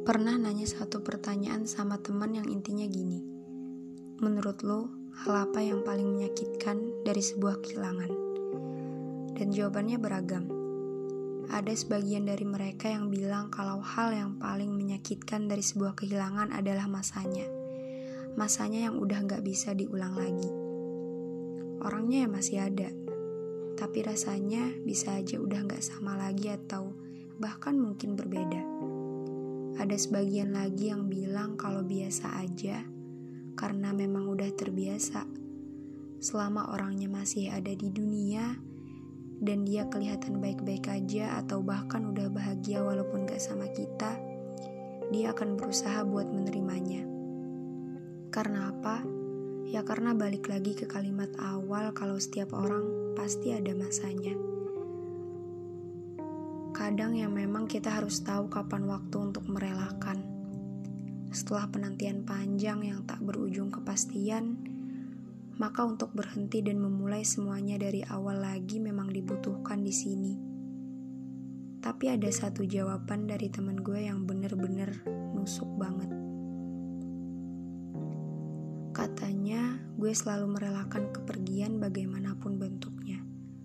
Pernah nanya satu pertanyaan sama teman yang intinya gini. Menurut lo, hal apa yang paling menyakitkan dari sebuah kehilangan? Dan jawabannya beragam. Ada sebagian dari mereka yang bilang kalau hal yang paling menyakitkan dari sebuah kehilangan adalah masanya. Masanya yang udah gak bisa diulang lagi. Orangnya ya masih ada, tapi rasanya bisa aja udah gak sama lagi atau bahkan mungkin berbeda. Ada sebagian lagi yang bilang kalau biasa aja, karena memang udah terbiasa. Selama orangnya masih ada di dunia, dan dia kelihatan baik-baik aja atau bahkan udah bahagia walaupun gak sama kita, dia akan berusaha buat menerimanya. Karena apa? Ya karena balik lagi ke kalimat awal kalau setiap orang pasti ada masanya. Kadang yang memang kita harus tahu kapan waktu untuk merelakan. Setelah penantian panjang yang tak berujung kepastian, maka untuk berhenti dan memulai semuanya dari awal lagi memang dibutuhkan di sini. Tapi ada satu jawaban dari teman gue yang bener-bener nusuk banget. Katanya, gue selalu merelakan kepergian bagaimanapun bentuknya.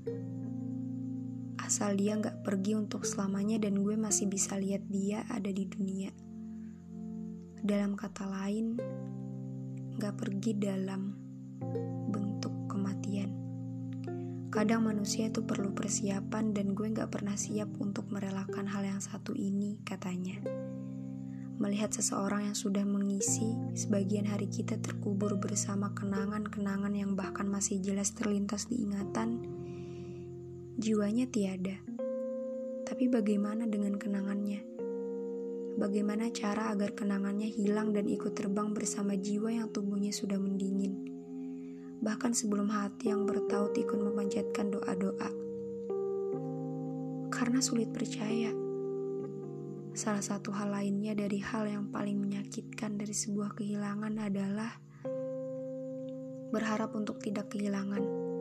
Asal dia gak pergi untuk selamanya dan gue masih bisa lihat dia ada di dunia. Dalam kata lain, gak pergi dalam bentuk kematian. Kadang manusia itu perlu persiapan dan gue gak pernah siap untuk merelakan hal yang satu ini, katanya. Melihat seseorang yang sudah mengisi sebagian hari kita terkubur bersama kenangan-kenangan yang bahkan masih jelas terlintas di ingatan, jiwanya tiada. Tapi bagaimana dengan kenangannya? Bagaimana cara agar kenangannya hilang dan ikut terbang bersama jiwa yang tubuhnya sudah mendingin? Bahkan sebelum hati yang bertaut ikut memanjatkan doa-doa. Karena sulit percaya. Salah satu hal lainnya dari hal yang paling menyakitkan dari sebuah kehilangan adalah berharap untuk tidak kehilangan.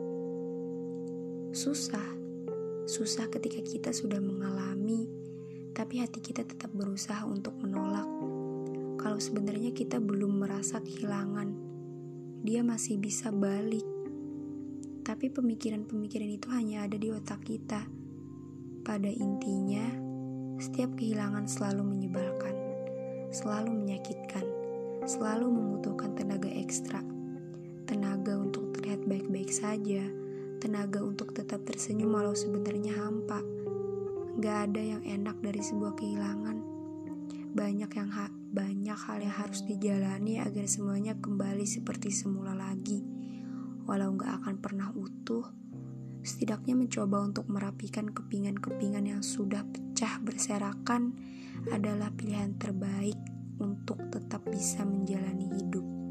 Susah ketika kita sudah mengalami, tapi hati kita tetap berusaha untuk menolak. Kalau sebenarnya kita belum merasa kehilangan, dia masih bisa balik. Tapi pemikiran-pemikiran itu hanya ada di otak kita. Pada intinya, setiap kehilangan selalu menyebalkan, selalu menyakitkan, selalu membutuhkan tenaga ekstra. Tenaga untuk terlihat baik-baik saja, tenaga untuk tetap tersenyum walau sebenarnya hampa. Gak ada yang enak dari sebuah kehilangan. Banyak hal yang harus dijalani agar semuanya kembali seperti semula lagi. Walau gak akan pernah utuh, setidaknya mencoba untuk merapikan kepingan-kepingan yang sudah pecah berserakan adalah pilihan terbaik untuk tetap bisa menjalani hidup.